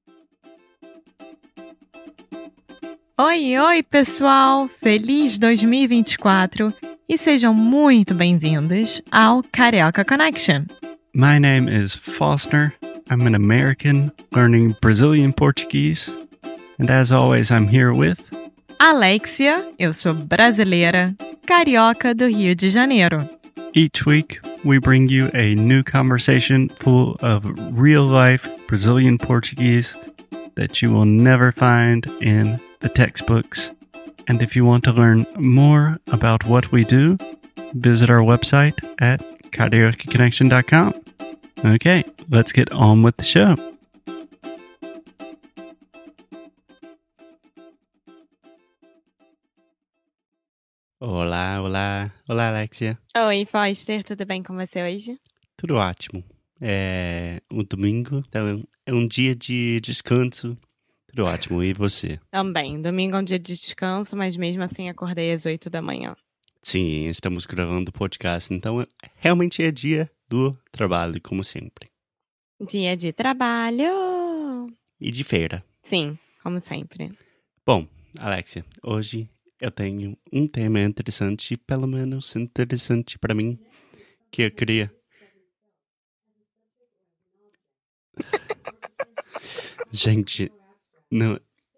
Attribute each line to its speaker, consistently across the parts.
Speaker 1: Oi, pessoal! Feliz 2024 e sejam muito bem-vindos ao Carioca Connection.
Speaker 2: My name is Foster. I'm an American learning Brazilian Portuguese. And as always, I'm here with...
Speaker 1: Alexia, eu sou brasileira, carioca do Rio de Janeiro.
Speaker 2: Each week, we bring you a new conversation full of real-life Brazilian Portuguese that you will never find in the textbooks. And if you want to learn more about what we do, visit our website at cariocaconnection.com. Okay, let's get on with the show. Olá, Alexia.
Speaker 1: Oi, Foster, tudo bem com você hoje?
Speaker 2: Tudo ótimo. É um domingo, então é um dia de descanso. Tudo ótimo. E você?
Speaker 1: Também. Domingo é um dia de descanso, mas mesmo assim acordei às 8 da manhã.
Speaker 2: Sim, estamos gravando o podcast, então realmente é dia do trabalho, como sempre.
Speaker 1: Dia de trabalho!
Speaker 2: E de feira.
Speaker 1: Sim, como sempre.
Speaker 2: Bom, Alexia, hoje eu tenho um tema interessante, pelo menos interessante para mim, que eu queria... Gente, não...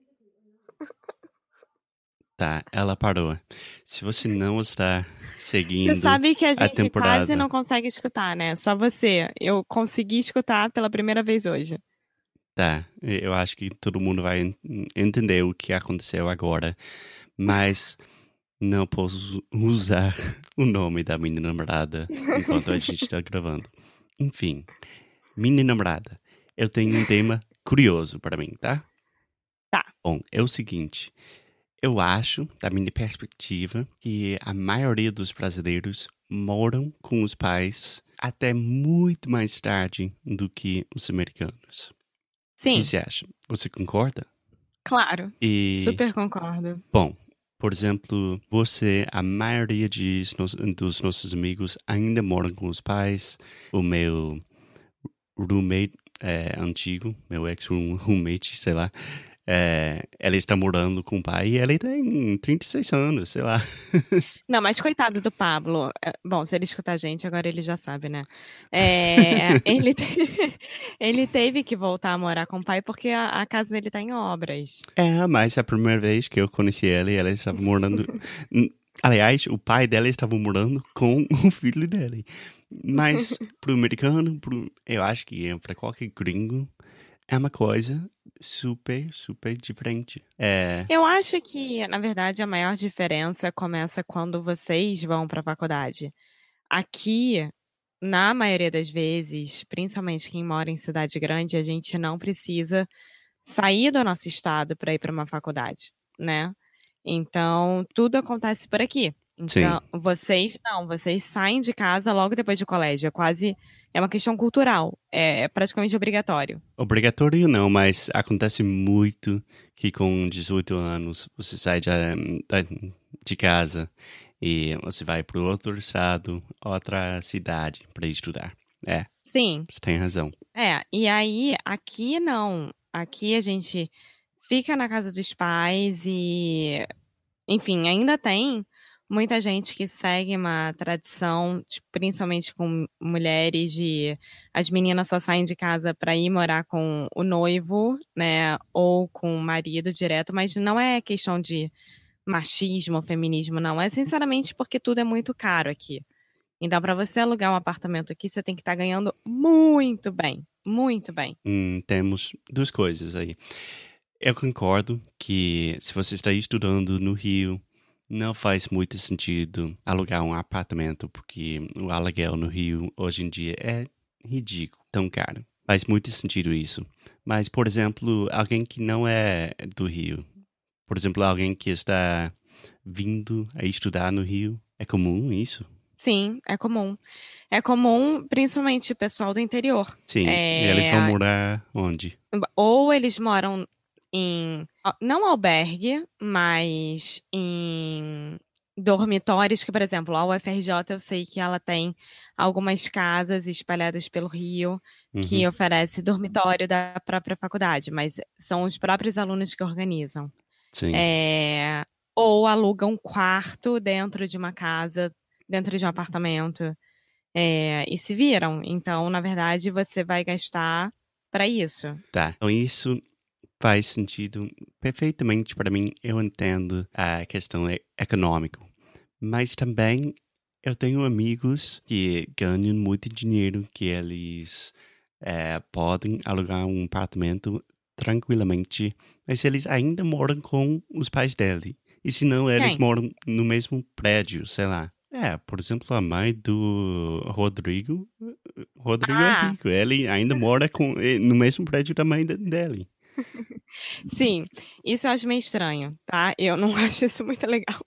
Speaker 2: Tá, ela parou. Se você não está seguindo
Speaker 1: Você sabe que a gente
Speaker 2: temporada...
Speaker 1: quase não consegue escutar, né? Só você. Eu consegui escutar pela primeira vez hoje.
Speaker 2: Tá, eu acho que todo mundo vai entender o que aconteceu agora, mas não posso usar o nome da minha namorada enquanto a gente está gravando. Enfim, minha namorada, eu tenho um tema curioso para mim, tá?
Speaker 1: Tá.
Speaker 2: Bom, é o seguinte, eu acho, da minha perspectiva, que a maioria dos brasileiros moram com os pais até muito mais tarde do que os americanos.
Speaker 1: Sim.
Speaker 2: O que você acha? Você concorda?
Speaker 1: Claro.
Speaker 2: E,
Speaker 1: super concordo.
Speaker 2: Bom, por exemplo, a maioria dos nossos amigos ainda moram com os pais. O meu roommate antigo, meu ex-roommate, sei lá, ela está morando com o pai e ela tem 36 anos, sei lá.
Speaker 1: Não, mas coitado do Pablo. Bom, se ele escutar a gente, agora ele já sabe, né? Ele teve que voltar a morar com o pai porque a casa dele tá em obras.
Speaker 2: Mas a primeira vez que eu conheci ela estava morando... Aliás, o pai dela estava morando com o filho dele. Mas pro americano, eu acho que para qualquer gringo, é uma coisa super, super diferente.
Speaker 1: Eu acho que, na verdade, a maior diferença começa quando vocês vão para a faculdade. Aqui, na maioria das vezes, principalmente quem mora em cidade grande, a gente não precisa sair do nosso estado para ir para uma faculdade, né? Então, tudo acontece por aqui. Então,
Speaker 2: Sim.
Speaker 1: vocês saem de casa logo depois do colégio. É uma questão cultural. É praticamente obrigatório.
Speaker 2: Obrigatório não, mas acontece muito que com 18 anos você sai de casa e você vai para outro estado, outra cidade para estudar.
Speaker 1: Sim.
Speaker 2: Você tem razão.
Speaker 1: E aí, aqui não. Aqui a gente fica na casa dos pais e, enfim, ainda tem muita gente que segue uma tradição, principalmente com mulheres, de as meninas só saem de casa para ir morar com o noivo, né, ou com o marido direto, mas não é questão de machismo, feminismo, não. É sinceramente porque tudo é muito caro aqui. Então, para você alugar um apartamento aqui, você tem que estar ganhando muito bem. Muito bem.
Speaker 2: Temos duas coisas aí. Eu concordo que se você está estudando no Rio, não faz muito sentido alugar um apartamento, porque o aluguel no Rio hoje em dia é ridículo, tão caro. Faz muito sentido isso. Mas, por exemplo, alguém que não é do Rio, por exemplo, alguém que está vindo a estudar no Rio, é comum isso?
Speaker 1: Sim, é comum. É comum, principalmente o pessoal do interior.
Speaker 2: Sim, e eles vão morar onde?
Speaker 1: Ou eles moram não albergue, mas dormitórios que, por exemplo, a UFRJ eu sei que ela tem algumas casas espalhadas pelo Rio que
Speaker 2: Uhum,
Speaker 1: oferece dormitório da própria faculdade, mas são os próprios alunos que organizam.
Speaker 2: sim.
Speaker 1: É, ou alugam um quarto dentro de uma casa, dentro de um apartamento, e se viram. Então, na verdade, você vai gastar para isso.
Speaker 2: Tá. Então isso faz sentido perfeitamente para mim. Eu entendo a questão econômica. Mas também eu tenho amigos que ganham muito dinheiro, que eles podem alugar um apartamento tranquilamente, mas eles ainda moram com os pais dele. E se não, eles
Speaker 1: Quem?
Speaker 2: moram no mesmo prédio, sei lá. Por exemplo, a mãe do Rodrigo. Rodrigo é
Speaker 1: Ah,
Speaker 2: rico, ele ainda mora no mesmo prédio da mãe dele.
Speaker 1: sim. Isso eu acho meio estranho, tá? Eu não acho isso muito legal.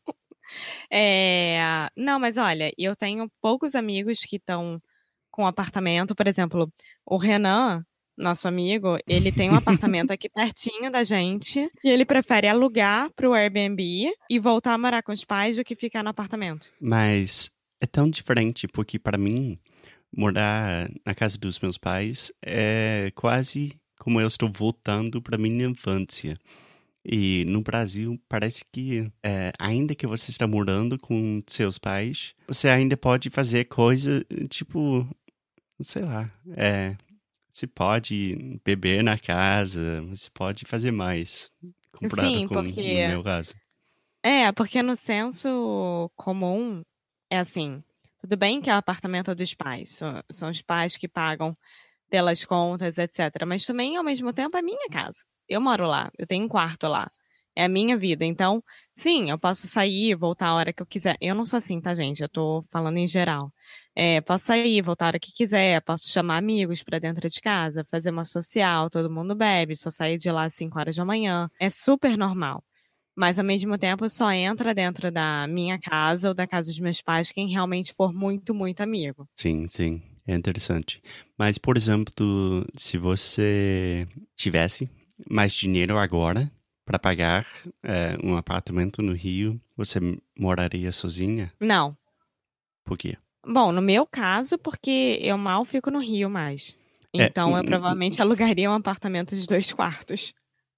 Speaker 1: Não, mas olha, eu tenho poucos amigos que estão com apartamento. Por exemplo, o Renan, nosso amigo, ele tem um apartamento aqui pertinho da gente e ele prefere alugar para o Airbnb e voltar a morar com os pais do que ficar no apartamento.
Speaker 2: Mas é tão diferente, porque para mim, morar na casa dos meus pais é quase como eu estou voltando para minha infância. E no Brasil, parece que, ainda que você está morando com seus pais, você ainda pode fazer coisa, tipo, sei lá, você pode beber na casa, você pode fazer mais, comparado
Speaker 1: Sim,
Speaker 2: com no
Speaker 1: porque
Speaker 2: meu caso.
Speaker 1: porque no senso comum é assim, tudo bem que é o apartamento dos pais, são os pais que pagam pelas contas, etc. Mas também, ao mesmo tempo, é minha casa. Eu moro lá, eu tenho um quarto lá. É a minha vida. Então, sim, eu posso sair, voltar a hora que eu quiser. Eu não sou assim, tá, gente? Eu tô falando em geral. Posso sair, voltar a hora que quiser, posso chamar amigos pra dentro de casa, fazer uma social, todo mundo bebe, só sair de lá às 5 horas da manhã. É super normal. Mas, ao mesmo tempo, só entra dentro da minha casa ou da casa dos meus pais quem realmente for muito, muito amigo.
Speaker 2: Sim, sim, é interessante. Mas, por exemplo, se você tivesse mais dinheiro agora para pagar um apartamento no Rio, você moraria sozinha?
Speaker 1: Não.
Speaker 2: Por quê?
Speaker 1: Bom, no meu caso, porque eu mal fico no Rio mais.
Speaker 2: É,
Speaker 1: Então, eu provavelmente alugaria um apartamento de 2 quartos.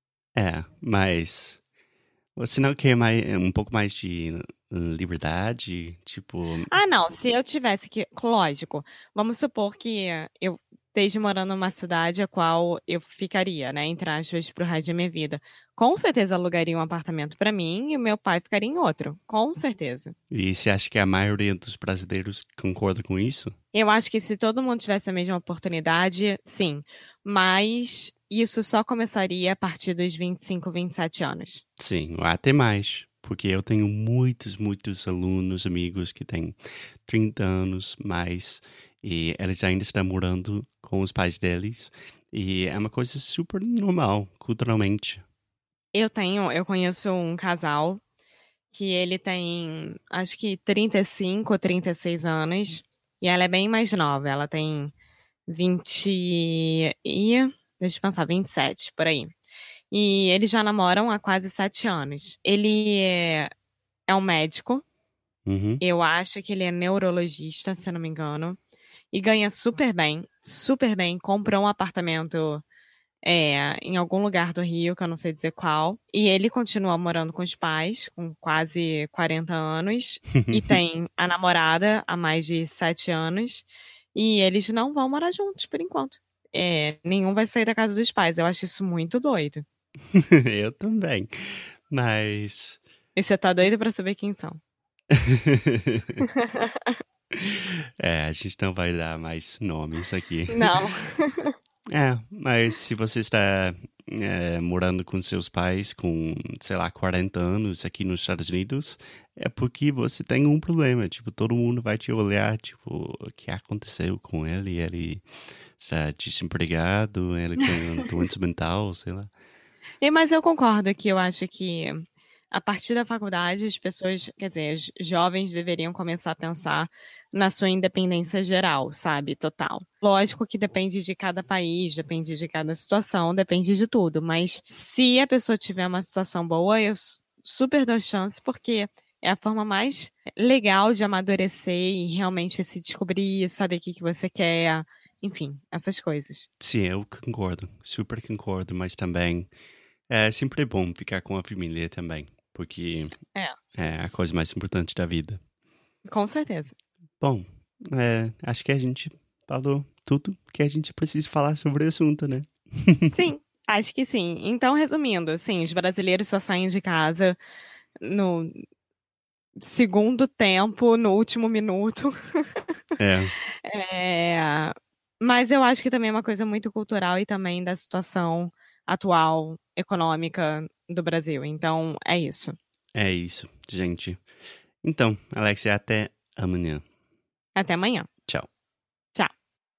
Speaker 2: mas você não quer um pouco mais de liberdade? Tipo,
Speaker 1: Ah, não, se eu tivesse que. Lógico, vamos supor que eu esteja morando numa cidade a qual eu ficaria, né, entre aspas, pro resto da minha vida. Com certeza alugaria um apartamento pra mim e o meu pai ficaria em outro. Com certeza.
Speaker 2: e você acha que a maioria dos brasileiros concorda com isso?
Speaker 1: Eu acho que se todo mundo tivesse a mesma oportunidade, sim. Mas isso só começaria a partir dos 25, 27 anos.
Speaker 2: Sim, até mais. Porque eu tenho muitos alunos, amigos que têm 30 anos mais e eles ainda estão morando com os pais deles. E é uma coisa super normal, culturalmente.
Speaker 1: Eu conheço um casal que ele tem, acho que 35 ou 36 anos, e ela é bem mais nova, ela tem 20 deixa eu pensar, 27 por aí. E eles já namoram há quase 7 anos. Ele é um médico,
Speaker 2: Uhum.
Speaker 1: eu acho que ele é neurologista, se eu não me engano, e ganha super bem, comprou um apartamento em algum lugar do Rio, que eu não sei dizer qual. E ele continua morando com os pais, com quase 40 anos. E tem a namorada há mais de 7 anos. E eles não vão morar juntos, por enquanto. Nenhum vai sair da casa dos pais. Eu acho isso muito doido.
Speaker 2: Eu também. Mas.
Speaker 1: E você tá doido pra saber quem são?
Speaker 2: A gente não vai dar mais nomes aqui.
Speaker 1: Não.
Speaker 2: Mas se você está morando com seus pais com, sei lá, 40 anos aqui nos Estados Unidos, é porque você tem um problema. Tipo, todo mundo vai te olhar, tipo, o que aconteceu com ele? Ele está desempregado, ele tem uma doença mental, sei lá.
Speaker 1: Mas eu concordo que eu acho que a partir da faculdade as pessoas, quer dizer, os jovens deveriam começar a pensar na sua independência geral, sabe? Total. Lógico que depende de cada país, depende de cada situação, depende de tudo, mas se a pessoa tiver uma situação boa, eu super dou chance, porque é a forma mais legal de amadurecer e realmente se descobrir, saber o que você quer, enfim, essas coisas.
Speaker 2: Sim, eu concordo, super concordo, mas também é sempre bom ficar com a família também, porque é a coisa mais importante da vida.
Speaker 1: Com certeza.
Speaker 2: Bom, acho que a gente falou tudo que a gente precisa falar sobre o assunto, né?
Speaker 1: Sim, acho que sim. Então, resumindo, sim, os brasileiros só saem de casa no segundo tempo, no último minuto. Mas eu acho que também é uma coisa muito cultural e também da situação atual, econômica do Brasil. Então, é isso.
Speaker 2: É isso, gente. Então, Alexia, até amanhã.
Speaker 1: Até amanhã.
Speaker 2: Tchau.
Speaker 1: Tchau.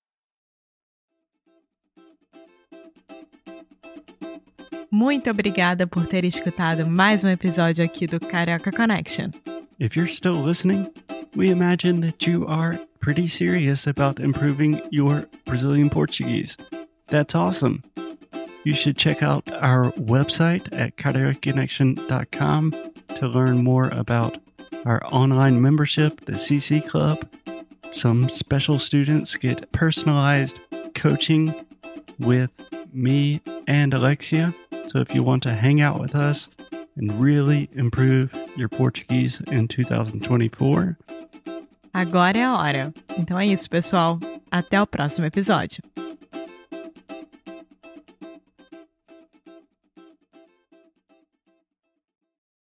Speaker 1: Muito obrigada por ter escutado mais um episódio aqui do Carioca Connection.
Speaker 2: If you're still listening, we imagine that you are pretty serious about improving your Brazilian Portuguese. That's awesome. You should check out our website at cariocaconnection.com to learn more about our online membership, the CC Club. Some special students get personalized coaching with me and Alexia. So if you want to hang out with us and really improve your Portuguese in 2024.
Speaker 1: Agora é a hora. Então é isso, pessoal. Até o próximo episódio.